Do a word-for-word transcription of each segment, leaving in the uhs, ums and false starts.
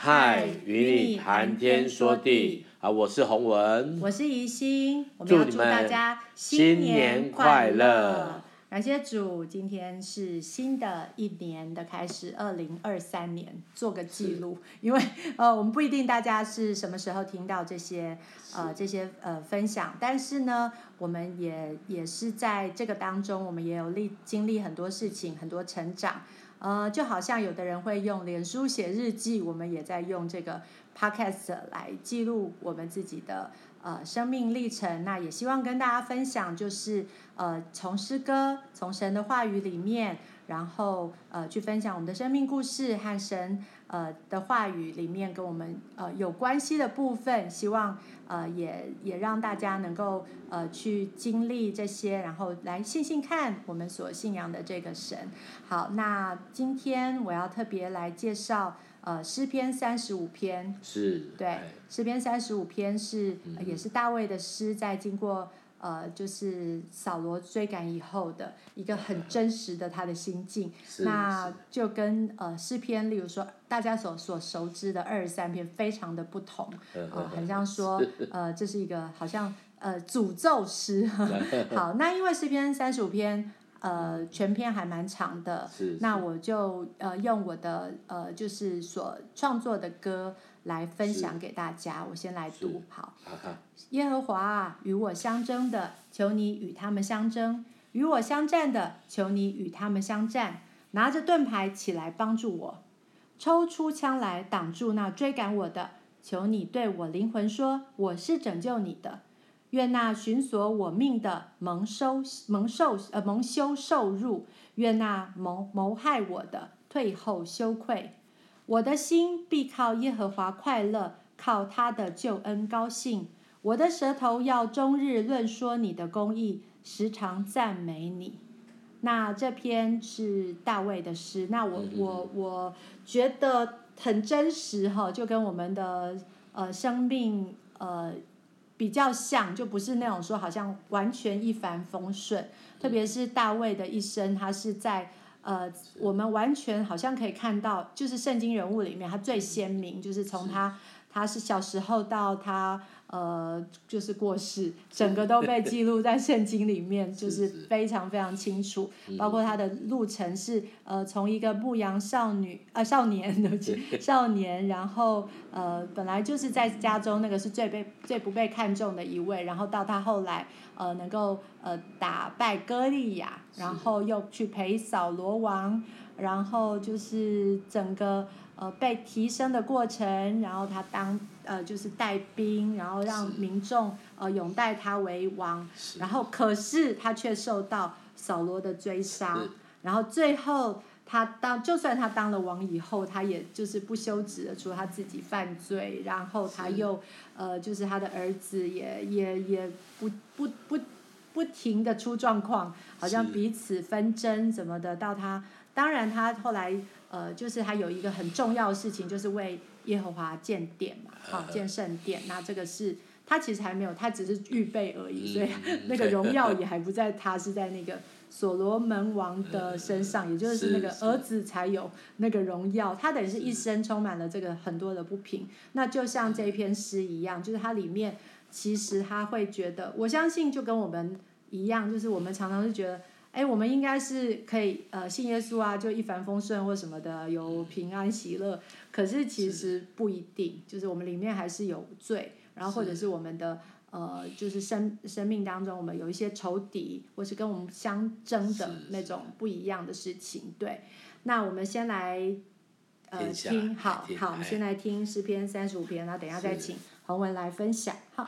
嗨，与你谈天说地啊！我是洪文， 我是怡心，我们要祝大家新年快乐！感谢主，今天是新的一年的开始，二零二三年，做个记录，因为呃，我们不一定大家是什么时候听到这些呃这些呃分享，但是呢，我们也也是在这个当中，我们也有历经历很多事情，很多成长。呃，就好像有的人会用脸书写日记，我们也在用这个 podcast 来记录我们自己的呃生命历程。那也希望跟大家分享，就是呃从诗歌、从神的话语里面，然后呃去分享我们的生命故事和神呃的话语里面跟我们呃有关系的部分，希望呃也也让大家能够呃去经历这些，然后来信信看我们所信仰的这个神。好，那今天我要特别来介绍呃诗篇三十五篇， 是， 对，诗篇三十五篇是、嗯呃、也是大卫的诗，在经过呃就是扫罗追赶以后的一个很真实的他的心境，那就跟呃诗篇，例如说大家所所熟知的二十三篇非常的不同，呃，很像说呃这是一个好像呃诅咒诗，好，那因为诗篇三十五篇。呃，全篇还蛮长的，那我就呃用我的呃就是所创作的歌来分享给大家。我先来读，好。耶和华啊，与我相争的，求你与他们相争；与我相战的，求你与他们相战。拿着盾牌起来帮助我，抽出枪来挡住那追赶我的。求你对我灵魂说，我是拯救你的。愿那寻索我命的蒙受蒙受呃蒙羞受辱，愿那谋谋害我的退后羞愧。我的心必靠耶和华快乐，靠他的救恩高兴。我的舌头要终日论说你的公义，时常赞美你。那这篇是大卫的诗，那我我我觉得很真实哈，就跟我们的呃生命呃。比较像，就不是那种说好像完全一帆风顺，特别是大卫的一生，他是在呃我们完全好像可以看到，就是圣经人物里面他最鲜明，就是从他他是小时候到他呃就是过世，整个都被记录在圣经里面，就是非常非常清楚，包括他的路程是呃从一个牧羊少女呃少年对不起少年，然后呃本来就是在家中那个是最被最不被看重的一位，然后到他后来呃能够呃打败歌利亚，然后又去陪扫罗王，然后就是整个呃被提升的过程，然后他当呃就是带兵，然后让民众呃拥戴他为王，然后可是他却受到扫罗的追杀，然后最后他当就算他当了王以后，他也就是不休止的说他自己犯罪，然后他又呃就是他的儿子也也也不不不不停的出状况，好像彼此纷争什么的，到他当然他后来呃就是他有一个很重要的事情，就是为耶和华建殿嘛，好建圣殿，那这个是他其实还没有，他只是预备而已，所以那个荣耀也还不在他，是在那个所罗门王的身上，也就是那个儿子才有那个荣耀，他等于是一生充满了这个很多的不平。那就像这一篇诗一样，就是它里面其实他会觉得，我相信就跟我们一样，就是我们常常是觉得，哎，我们应该是可以呃信耶稣啊，就一帆风顺或什么的，有平安喜乐。可是其实不一定，就是我们里面还是有罪，然后或者是我们的呃，就是生生命当中我们有一些仇敌，或是跟我们相争的那种不一样的事情。对，那我们先来呃听，好好，我们先来听诗篇三十五篇，然后等一下再请洪文来分享。好。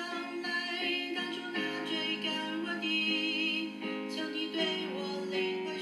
求你对我灵魂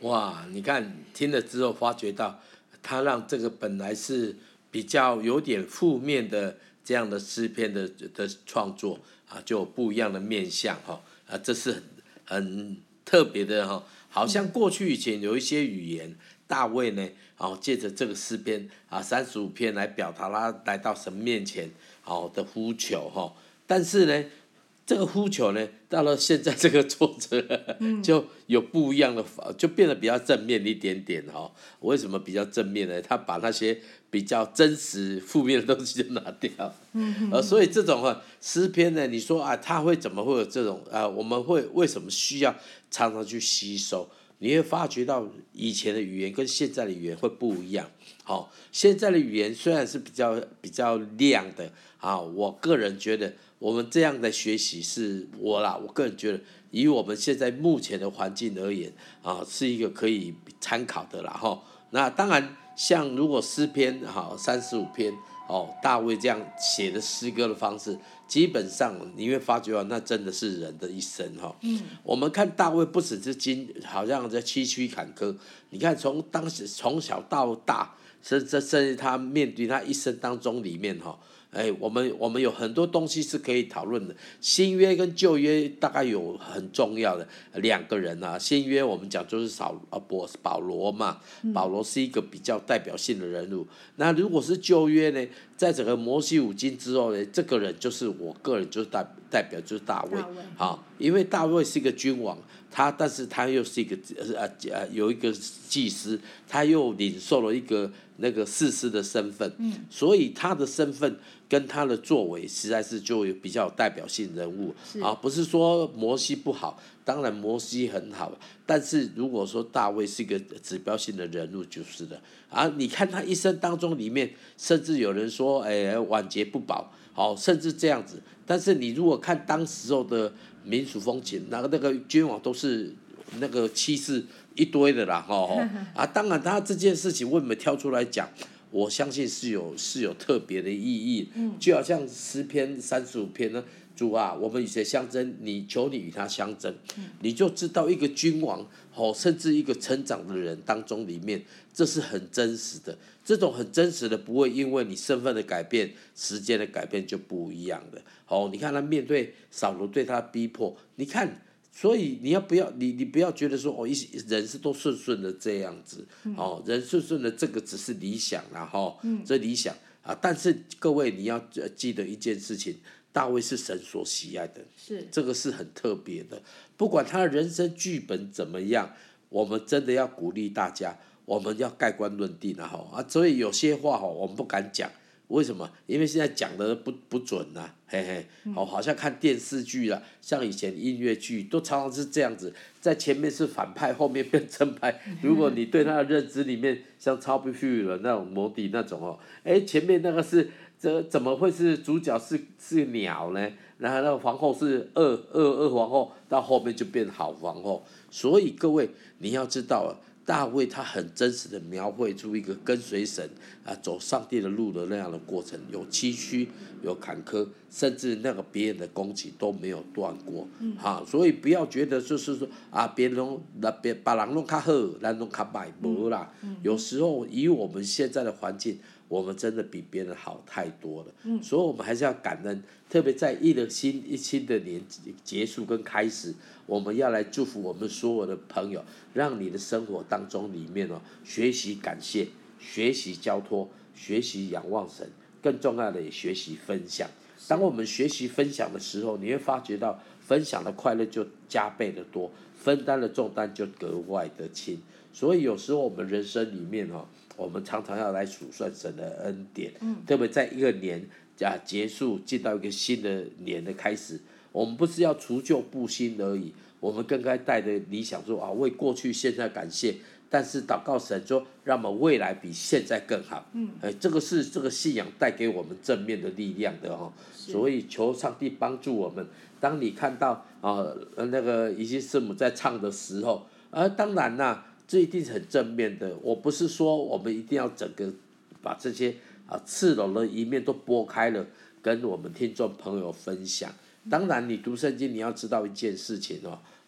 哇，你看听了之后发觉到，他让这个本来是比较有点负面的这样的诗篇的的创作啊，就有不一样的面向哈啊，这是很很特别的哈。好像过去以前有一些语言，大卫呢，哦，借着这个诗篇啊三十五篇来表达他来到神面前好的呼求哈，但是呢。这个呼求呢，到了现在这个作者就有不一样的，就变得比较正面一点点哈。为什么比较正面呢？他把那些比较真实负面的东西就拿掉，呃，所以这种啊诗篇呢，你说啊，他会怎么会有这种啊？我们会为什么需要常常去吸收？你会发觉到以前的语言跟现在的语言会不一样。好、哦，现在的语言虽然是比较比较亮的啊，我个人觉得我们这样的学习是我啦，我个人觉得以我们现在目前的环境而言啊，是一个可以参考的啦哈、哦。那当然，像如果诗篇好三十五篇哦，大卫这样写的诗歌的方式。基本上你会发觉到，那真的是人的一生哈。嗯，我们看大卫不只是经，好像在崎岖坎坷。你看从当时从小到大，甚至甚至他面对他一生当中里面哈，哎，我们我们有很多东西是可以讨论的。新约跟旧约大概有很重要的两个人啊。新约我们讲就是扫啊保保罗嘛，保罗是一个比较代表性的人物。那如果是旧约呢？在整个摩西五经之后呢，这个人就是我个人就是代代表就是大卫，好，因为大卫是一个君王，他但是他又是一个呃呃有一个祭司，他又领受了一个那个士师的身份，嗯，所以他的身份跟他的作为实在是就有比较有代表性人物啊，不是说摩西不好，当然摩西很好，但是如果说大卫是一个指标性的人物就是的啊，你看他一生当中里面，甚至有人说。哎，晚节不保，好、哦，甚至这样子。但是你如果看当时候的民俗风情，那个那个君王都是那个气势一堆的啦，哈、哦、啊，当然他这件事情为什么挑出来讲？我相信是有是有特别的意义，嗯，就好像诗篇三十五篇呢，主啊，我们与谁相争？你求你与他相争，嗯、你就知道一个君王，哦，甚至一个成长的人当中里面，这是很真实的。这种很真实的，不会因为你身份的改变、时间的改变就不一样的。哦，你看他面对扫罗对他的逼迫，你看，所以你要不要你你不要觉得说哦，一人是都顺顺的这样子，哦，人顺顺的这个只是理想啦，哈、哦，这理想啊，但是各位你要记得一件事情，大卫是神所喜爱的， 是这个是很特别的，不管他的人生剧本怎么样，我们真的要鼓励大家。我们要盖棺论定啊！啊，所以有些话哈，我们不敢讲，为什么？因为现在讲的不不准呐、啊，嘿嘿，哦，好像看电视剧啦，像以前音乐剧都常常是这样子，在前面是反派，后面变正派。如果你对他的认知里面，像超必须的那种摩迪那种哦，哎，前面那个是这怎么会是主角是是鸟呢？然后那个皇后是恶恶恶皇后，到后面就变好皇后。所以各位你要知道啊。大卫他很真实的描绘出一个跟随神啊走上帝的路的那样的过程，有崎岖，有坎坷，甚至那个别人的攻击都没有断过，嗯，哈，所以不要觉得就是说啊，别人那别把人弄较好，咱弄较歹，无啦，嗯，有时候以我们现在的环境。我们真的比别人好太多了，嗯，所以我们还是要感恩，特别在一的新一新的年结束跟开始，我们要来祝福我们所有的朋友，让你的生活当中里面哦，学习感谢，学习交托，学习仰望神，更重要的也学习分享。当我们学习分享的时候，你会发觉到分享的快乐就加倍的多，分担的重担就格外的轻。所以有时候我们人生里面哦。我们常常要来数算神的恩典，嗯、特别在一个年啊结束，进到一个新的年的开始，我们不是要除旧布新而已，我们更该带着理想说啊，为过去、现在感谢，但是祷告神说，让我们未来比现在更好。嗯，哎，这个是这个信仰带给我们正面的力量的哦。所以求上帝帮助我们。当你看到啊那个以西师母在唱的时候，啊，当然啦。这一定是很正面的。我不是说我们一定要整个把这些啊赤裸的一面都拨开了，跟我们听众朋友分享。当然，你读圣经你要知道一件事情哦，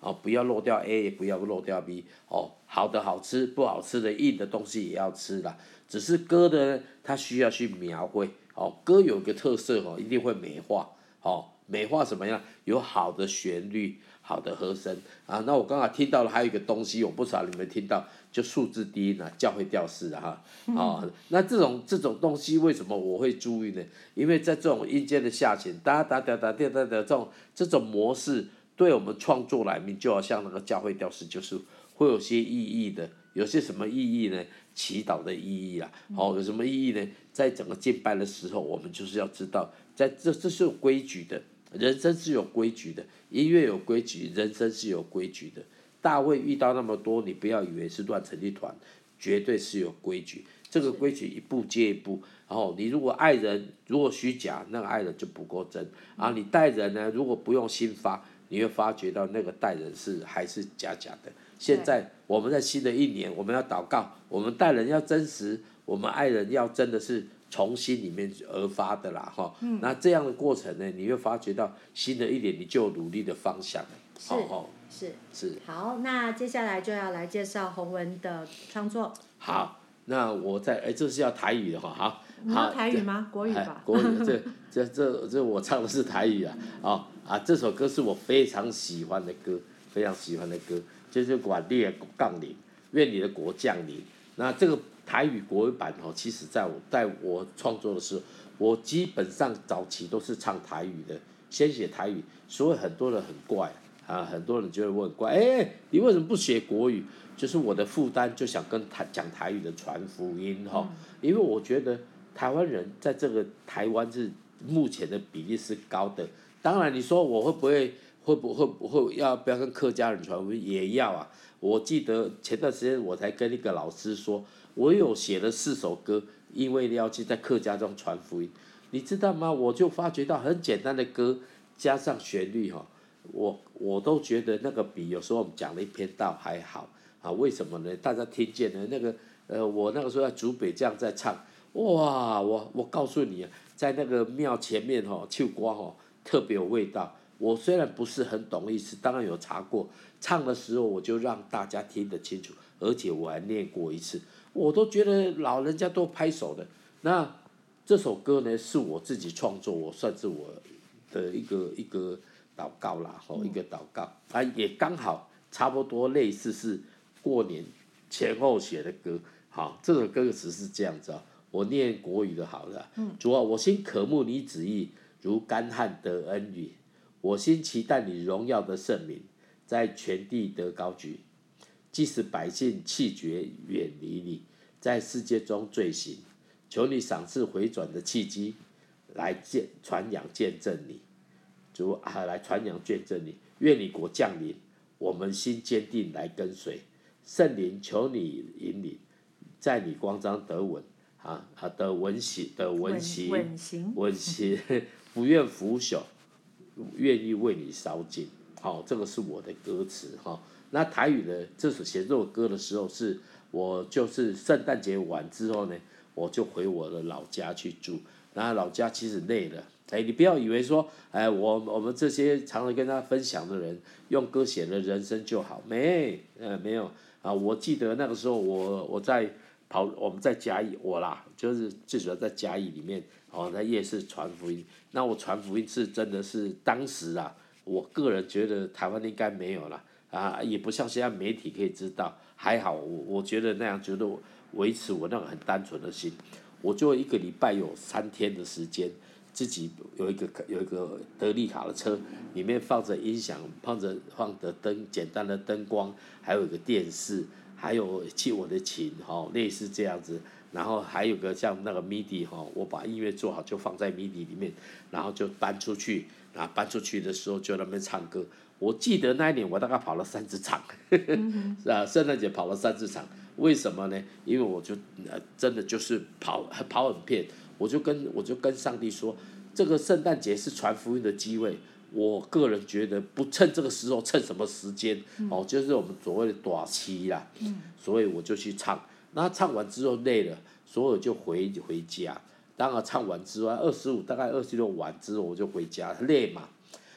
哦，不要漏掉 A， 也不要漏掉 B， 哦，好的好吃，不好吃的硬的东西也要吃啦。只是歌的呢，它需要去描绘，哦，歌有个特色哦，一定会美化，哦，美化什么样？有好的旋律，好的和声啊。那我刚才听到了还有一个东西，我不知道你们听到，就数字低音啊，教会调式啊哈，哦，那这种这种东西为什么我会注意呢？因为在这种音阶的下潜，哒哒哒哒哒哒哒这种这种模式。对我们创作来面，就好像那个教会调式，就是会有些意义的。有些什么意义呢？祈祷的意义啦，哦，有什么意义呢？在整个敬拜的时候，我们就是要知道，在这这是有规矩的，人生是有规矩的，音乐有规矩，人生是有规矩的。大卫遇到那么多，你不要以为是乱成一团，绝对是有规矩。这个规矩一步接一步，然后你如果爱人如果虚假，那个爱人就不够真。然后你待人呢，如果不用心发。你会发觉到那个待人是还是假假的。现在我们在新的一年，我们要祷告，我们待人要真实，我们爱人要真的是从心里面而发的啦，哈、嗯。那这样的过程呢，你会发觉到新的一年你就有努力的方向了。 是、哦、是是。 好，那接下来就要来介绍洪文的创作。 好，那我在哎，这是要台语的哈，好。 你要台语吗？国语吧。 国语，这这这这我唱的是台语啊，哦啊，这首歌是我非常喜欢的歌，非常喜欢的歌，就是《愿你的国降临》，愿你的国降临。那这个台语国语版哦，其实在我在我创作的时候，我基本上早期都是唱台语的，先写台语，所以很多人很怪啊，很多人就会问怪，哎，你为什么不写国语？就是我的负担就想跟台讲台语的传福音哈、哦，因为我觉得。台湾人在这个台湾是目前的比例是高的，当然你说我会不会会不会不会要不要跟客家人传福音也要啊。我记得前段时间我才跟一个老师说，我有写了四首歌，因为要去在客家中传福音，你知道吗？我就发觉到很简单的歌加上旋律哈，我我都觉得那个比有时候我们讲的一篇道还好啊。为什么呢？大家听见呢？那个呃，我那个时候在竹北这样在唱。哇，我我告诉你啊，在那个庙前面吼、哦，唱歌吼特别有味道。我虽然不是很懂意思，当然有查过，唱的时候我就让大家听得清楚，而且我还念过一次，我都觉得老人家都拍手的。那这首歌呢是我自己创作，我算是我的一个一个祷告啦，吼、哦，一个祷告啊，也刚好差不多类似是过年前后写的歌。好，这首歌词是这样子啊。我念国语的好了，主啊，我心渴慕你旨意，如干旱得恩雨；我心期待你荣耀的圣名，在全地得高举。即使百姓气绝远离你，在世界中罪行，求你赏赐回转的契机，来见传扬见证你，主啊，来传扬见证你。愿你国降临，我们心坚定来跟随。圣灵，求你引领，在你光章得稳。啊啊的文行的文行文行，不愿腐朽，愿意为你烧尽。好、哦，这个是我的歌词哈、哦。那台语呢？这首写这首歌的时候，是我就是圣诞节完之后呢，我就回我的老家去住。然后老家其实累了，哎，你不要以为说，哎，我我们这些常常跟他分享的人，用歌写的人生就好，没，呃，没有啊。我记得那个时候我我在。跑，我们在嘉义，我啦，就是最主要在嘉义里面，哦，在夜市传福音。那我传福音是真的是当时啊，我个人觉得台湾应该没有了啊，也不像现在媒体可以知道。还好，我我觉得那样觉得维持我那个很单纯的心，我就一个礼拜有三天的时间，自己有一个有一个德利卡的车，里面放着音响，放着放着灯，简单的灯光，还有一个电视。还有去我的琴哈，类似这样子，然后还有个像那个 M I D I 哈，我把音乐做好就放在 M I D I 里面，然后就搬出去，然后搬出去的时候就在那边唱歌。我记得那一年我大概跑了三十场，是啊，圣诞节跑了三十场，为什么呢？因为我就呃真的就是跑跑很偏，我就跟我就跟上帝说，这个圣诞节是传福音的机会。我个人觉得不趁这个时候，趁什么时间、嗯、哦，就是我们所谓的短期啦、嗯，所以我就去唱。那唱完之后累了，所以我就回回家。当然唱完之后，二十五大概二十六晚之后我就回家，累嘛。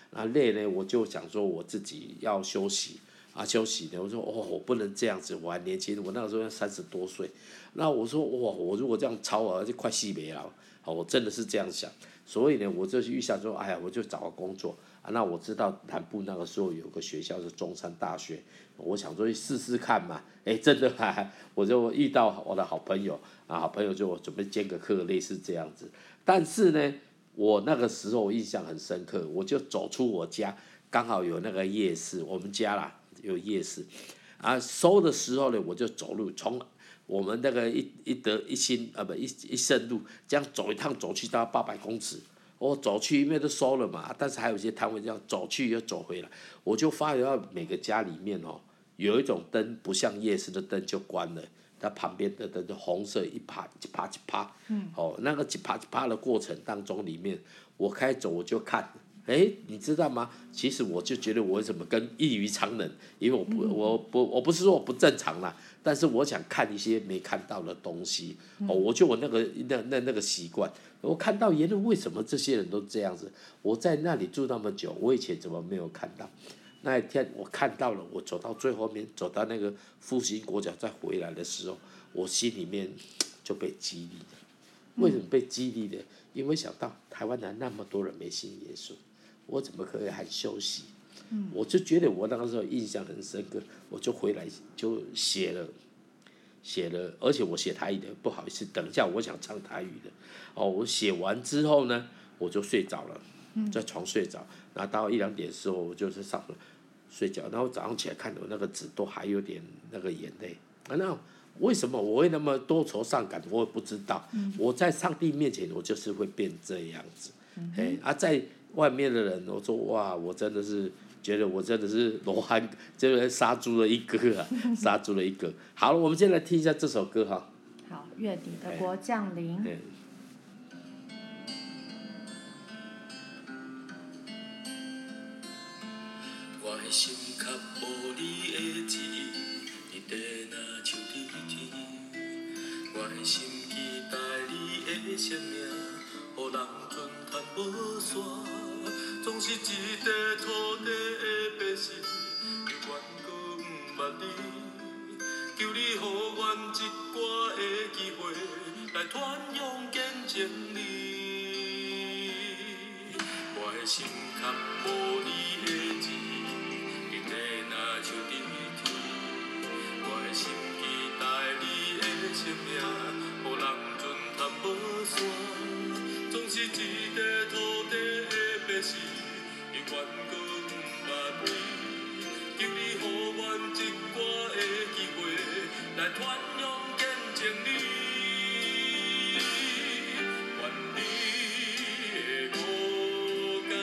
那累呢，我就想说我自己要休息。啊，休息呢？我说哦，我不能这样子，我还年轻，我那个时候三十多岁。那我说哇，我如果这样操啊，就快死没了。好，我真的是这样想。所以呢，我就预想说，哎呀，我就找个工作啊。那我知道南部那个时候有个学校是中山大学，我想说试试看嘛。哎，真的啊，我就遇到我的好朋友啊，好朋友就准备兼个课，类似这样子。但是呢，我那个时候我印象很深刻，我就走出我家，刚好有那个夜市，我们家啦。有夜市，啊，收的时候呢，我就走路从我们那个一一德一心啊不一一胜路这样走一趟走去大概八百公尺，我走去因为都收了嘛，但是还有一些摊位这样走去又走回来，我就发觉到每个家里面哦有一种灯不像夜市的灯就关了，它旁边的灯就红色一趴一趴一趴，嗯，哦那个一趴一趴的过程当中里面，我开走我就看。哎，你知道吗？其实我就觉得我怎么跟异于常人，因为我不我不我不是说我不正常啦，但是我想看一些没看到的东西。哦，我就我那个那那那个习惯，我看到原来为什么这些人都这样子？我在那里住那么久，我以前怎么没有看到？那一天我看到了，我走到最后面，走到那个复兴国小再回来的时候，我心里面就被激励了。为什么被激励呢？因为想到台湾人那么多人没信耶稣。我怎么可以还休息？嗯、我就觉得我那个时候印象很深刻，我就回来就写了，写了，而且我写台语的，不好意思，等一下我想唱台语的。哦，我写完之后呢，我就睡着了，在床睡着，然后到一两点的时候，我就是上了睡觉，然后早上起来看我那个纸都还有点那个眼泪。啊，那为什么我会那么多愁善感？我也不知道。嗯、我在上帝面前，我就是会变这样子。嗯、哎，啊，在外面的人，我说哇，我真的是觉得我真的是罗汉，就是杀猪了一个啊，杀猪了一个。好了，我们先来听一下这首歌哈。 好，月底的国降临。 哎我的心较无你的字，你在那像伫天。我的心期待你的生命，予人尊叹无线。总是一块土地的百姓，犹原搁不捌你。求你予阮一寡的机会，来传扬见证你。我的心较无你的字。像伫天，我的心期待你的生命，予人尊叹无线。总是一块土地的百姓，永远搁不捌你。求你予阮一寡的机会，来传扬见证你。愿你的五降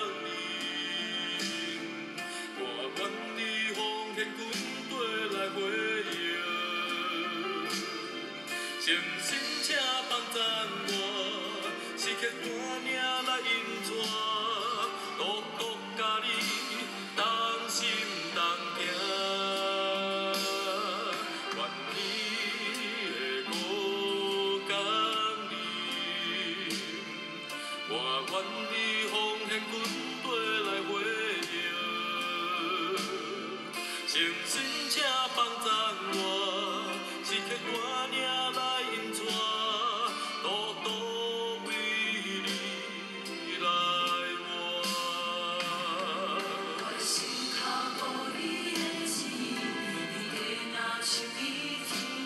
临，我愿你奉献军队来回应。诚心请帮赞我，时刻单领来引带，独独甲你同心同行。愿你的五降临，我愿你奉献军队来回应。诚心请帮赞我，时刻单领来引带，独独为你来活。我的心较无你的字，你在那像伫天。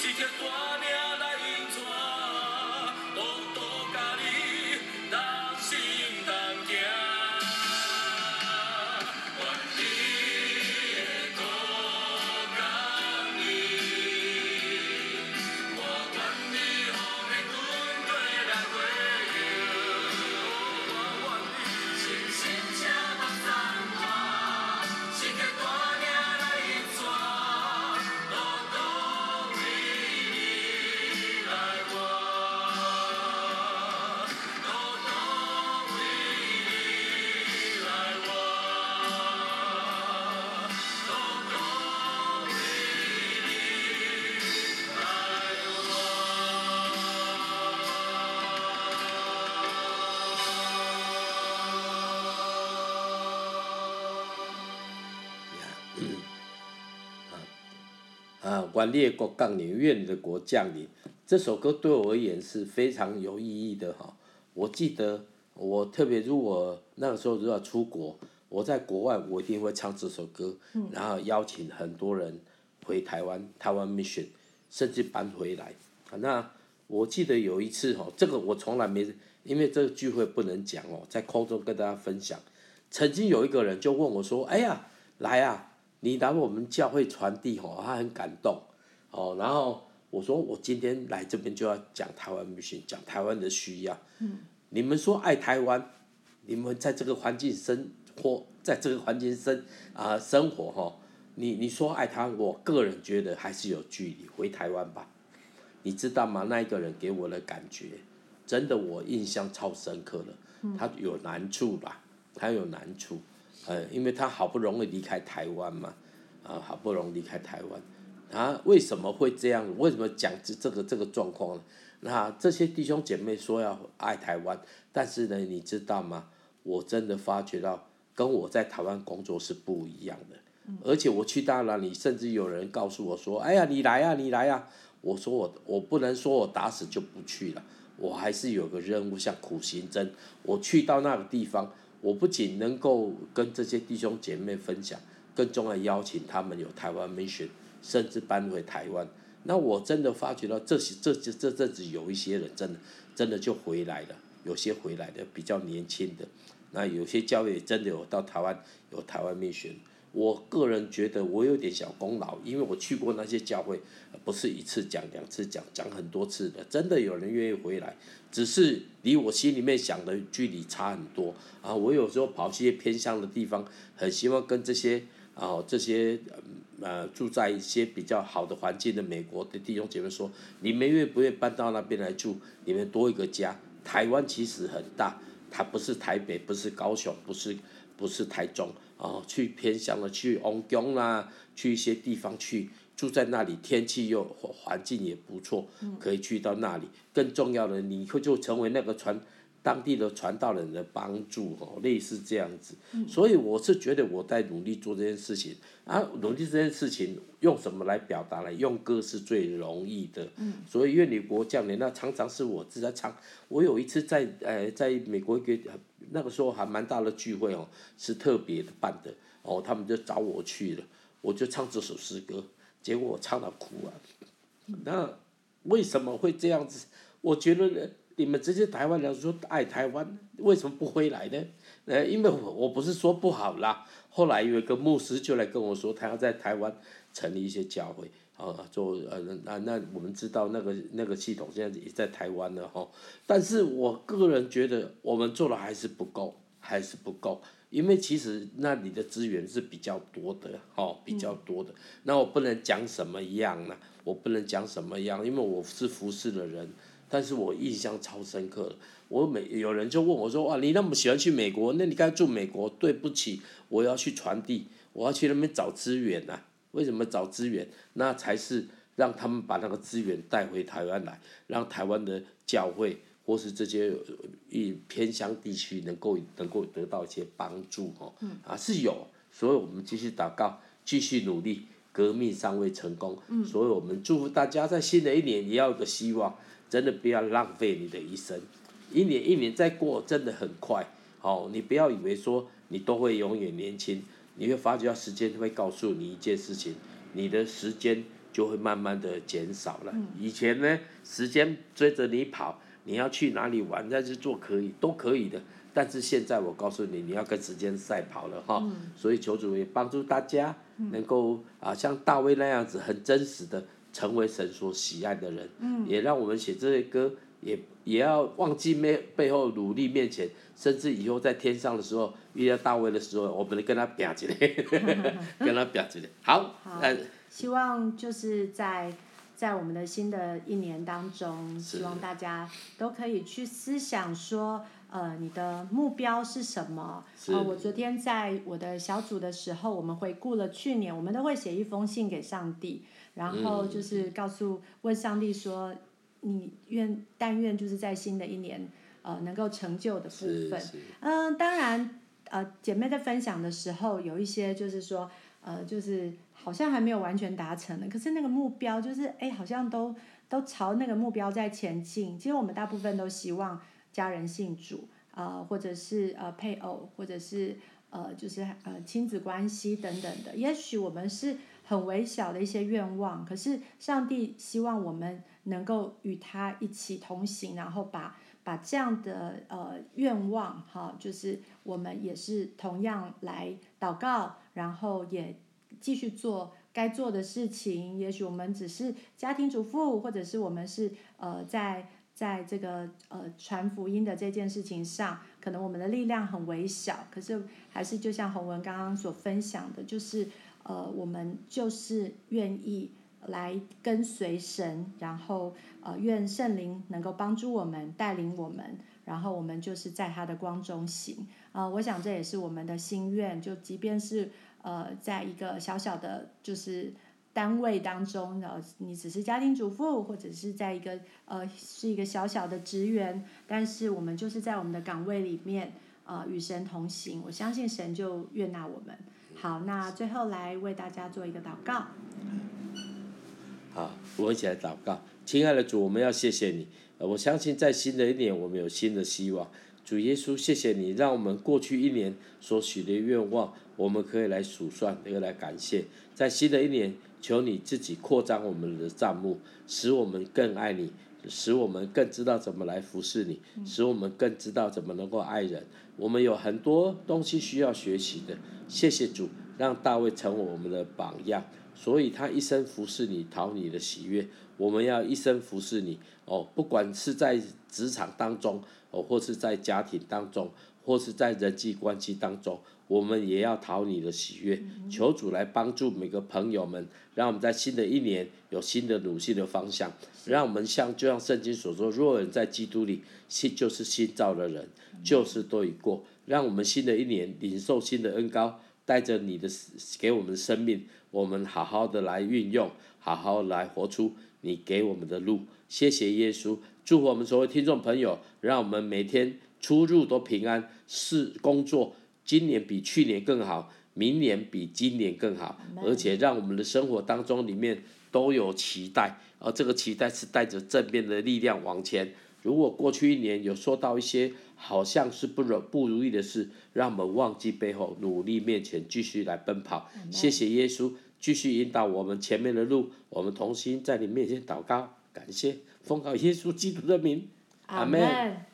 一颗大命来引带，独独甲你同心同行。愿你会多感恩，我愿你风的军队来回应。我愿你信心且莫散花，一颗大命来引带，独独为你来活，独独为你来活，独独为你啊，愿你的国降临，愿你的国降临。这首歌对我而言是非常有意义的哈。我记得我特别如果那个时候如果要出国，我在国外我一定会唱这首歌，然后邀请很多人回台湾，台湾 mission， 甚至搬回来。那我记得有一次哈，这个我从来没，因为这个聚会不能讲哦，在空中跟大家分享。曾经有一个人就问我说：“哎呀，来啊！你来我们教会传递吼，他很感动，哦，然后我说我今天来这边就要讲台湾 mission， 讲台湾的需要。嗯，你们说爱台湾，你们在这个环境生活，在这个环境生啊、呃、生活哈，你你说爱台湾，我个人觉得还是有距离，回台湾吧。你知道吗？那一个人给我的感觉，真的我印象超深刻的，他有难处吧，他有难处。呃，因为他好不容易离开台湾嘛，啊，好不容易离开台湾，他为什么会这样？为什么讲这这个这个状况呢？那这些弟兄姐妹说要爱台湾，但是呢，你知道吗？我真的发觉到跟我在台湾工作是不一样的，而且我去到哪里，甚至有人告诉我说：“哎呀，你来啊，你来啊！”我说我我不能说我打死就不去了，我还是有个任务，像苦行僧，我去到那个地方。我不仅能够跟这些弟兄姐妹分享，更重要邀请他们有台湾 mission， 甚至搬回台湾。那我真的发觉到这些这这这阵子有一些人真的真的就回来了，有些回来的比较年轻的，那有些教会真的有到台湾有台湾 mission。我个人觉得我有点小功劳，因为我去过那些教会，不是一次讲两次讲，讲很多次的，真的有人愿意回来，只是离我心里面想的距离差很多啊。我有时候跑去一些偏乡的地方，很希望跟这些啊这些呃住在一些比较好的环境的美国的弟兄姐妹说，你们愿不愿意搬到那边来住？你们多一个家。台湾其实很大，它不是台北，不是高雄，不是不是台中。哦，去偏乡了，去翁宫啦，去一些地方去住在那里，天气又环境也不错，可以去到那里。更重要的，你会就成为那个传当地的传道人的帮助哦，类似这样子。所以我是觉得我在努力做这件事情啊，努力这件事情用什么来表达呢？用歌是最容易的。所以愿你国降临，那常常是我自己在唱。我有一次在呃在美国一个那个时候还蛮大的聚会哦，是特别的办的哦，他们就找我去了，我就唱这首诗歌，结果我唱到哭啊。那为什么会这样子？我觉得呢，你们这些台湾人说爱台湾，为什么不回来呢？呃，因为我我不是说不好啦。后来有一个牧师就来跟我说，他要在台湾成立一些教会，啊，做呃那那我们知道那个那个系统现在也在台湾了哈。但是我个人觉得我们做的还是不够，还是不够。因为其实那里的资源是比较多的，哦，比较多的。那我不能讲什么样呢？我不能讲什么样，因为我是服侍的人，但是我印象超深刻的。我每有人就问我说：“哇，你那么喜欢去美国，那你该住美国。”对不起，我要去传递，我要去那边找资源呐、啊。为什么找资源？那才是让他们把那个资源带回台湾来，让台湾的教会。或是这些一偏乡地区能够能够得到一些帮助哦，啊是有，所以我们继续祷告，继续努力，革命尚未成功，所以我们祝福大家在新的一年也要有个希望，真的不要浪费你的一生，一年一年再过真的很快，哦，你不要以为说你都会永远年轻，你会发觉到时间会告诉你一件事情，你的时间就会慢慢的减少了。嗯、以前呢，时间追着你跑，你要去哪里玩，再去做可以，都可以的。但是现在我告诉你，你要跟时间赛跑了哈。嗯、所以求主也帮助大家能够啊，像大卫那样子很真实的成为神所喜爱的人。嗯、也让我们写这些歌，也也要忘记背背后努力面前，甚至以后在天上的时候遇到大卫的时候，我们跟他比一下，跟他比一下。好， 好，希望就是在在我们的新的一年当中，希望大家都可以去思想说，呃，你的目标是什么？呃，我昨天在我的小组的时候，我们回顾了去年，我们都会写一封信给上帝，然后就是告诉问上帝说，你愿但愿就是在新的一年，呃，能够成就的部分。嗯、呃，当然，呃，姐妹在分享的时候，有一些就是说，呃，就是好像还没有完全达成的，可是那个目标就是，哎，好像都都朝那个目标在前进。其实我们大部分都希望家人信主，呃，或者是呃配偶，或者是呃就是呃亲子关系等等的。也许我们是很微小的一些愿望，可是上帝希望我们能够与他一起同行，然后把把这样的呃愿望哈，就是我们也是同样来祷告，然后也继续做该做的事情。也许我们只是家庭主妇，或者是我们是呃在在这个呃传福音的这件事情上，可能我们的力量很微小，可是还是就像洪文刚刚所分享的，就是呃我们就是愿意来跟随神，然后呃愿圣灵能够帮助我们，带领我们，然后我们就是在他的光中行。呃，我想这也是我们的心愿，就即便是呃在一个小小的就是单位当中，呃你只是家庭主妇，或者是在一个呃是一个小小的职员，但是我们就是在我们的岗位里面呃与神同行，我相信神就悦纳我们。好，那最后来为大家做一个祷告。 好，我们一起来祷告。亲爱的主，我们要谢谢你。呃，我相信在新的一年，我们有新的希望。主耶稣，谢谢你，让我们过去一年所许的愿望，我们可以来数算，可以来感谢。在新的一年，求你自己扩张我们的账目，使我们更爱你，使我们更知道怎么来服侍你，使我们更知道怎么能够爱人。我们有很多东西需要学习的。谢谢主，让大卫成为我们的榜样。所以他一生服侍你，讨你的喜悦。我们要一生服侍你哦，不管是在职场当中哦，或是在家庭当中，或是在人际关系当中，我们也要讨你的喜悦。求主来帮助每个朋友们，让我们在新的一年有新的努力的方向。让我们像就像圣经所说，若有人在基督里，新就是新造的人，旧事都已过。让我们新的一年领受新的恩膏，带着你的给我们的生命，我们好好的来运用，好好来活出你给我们的路。谢谢耶稣，祝福我们所有听众朋友，让我们每天出入都平安，是工作今年比去年更好，明年比今年更好，而且让我们的生活当中里面都有期待，而这个期待是带着正面的力量往前。如果过去一年有受到一些好像是不如不如意的事，让我们忘记背后，努力面前，继续来奔跑。谢谢耶稣，继续引导我们前面的路，我们同心在你面前祷告，感谢，奉靠耶稣基督的名，阿们。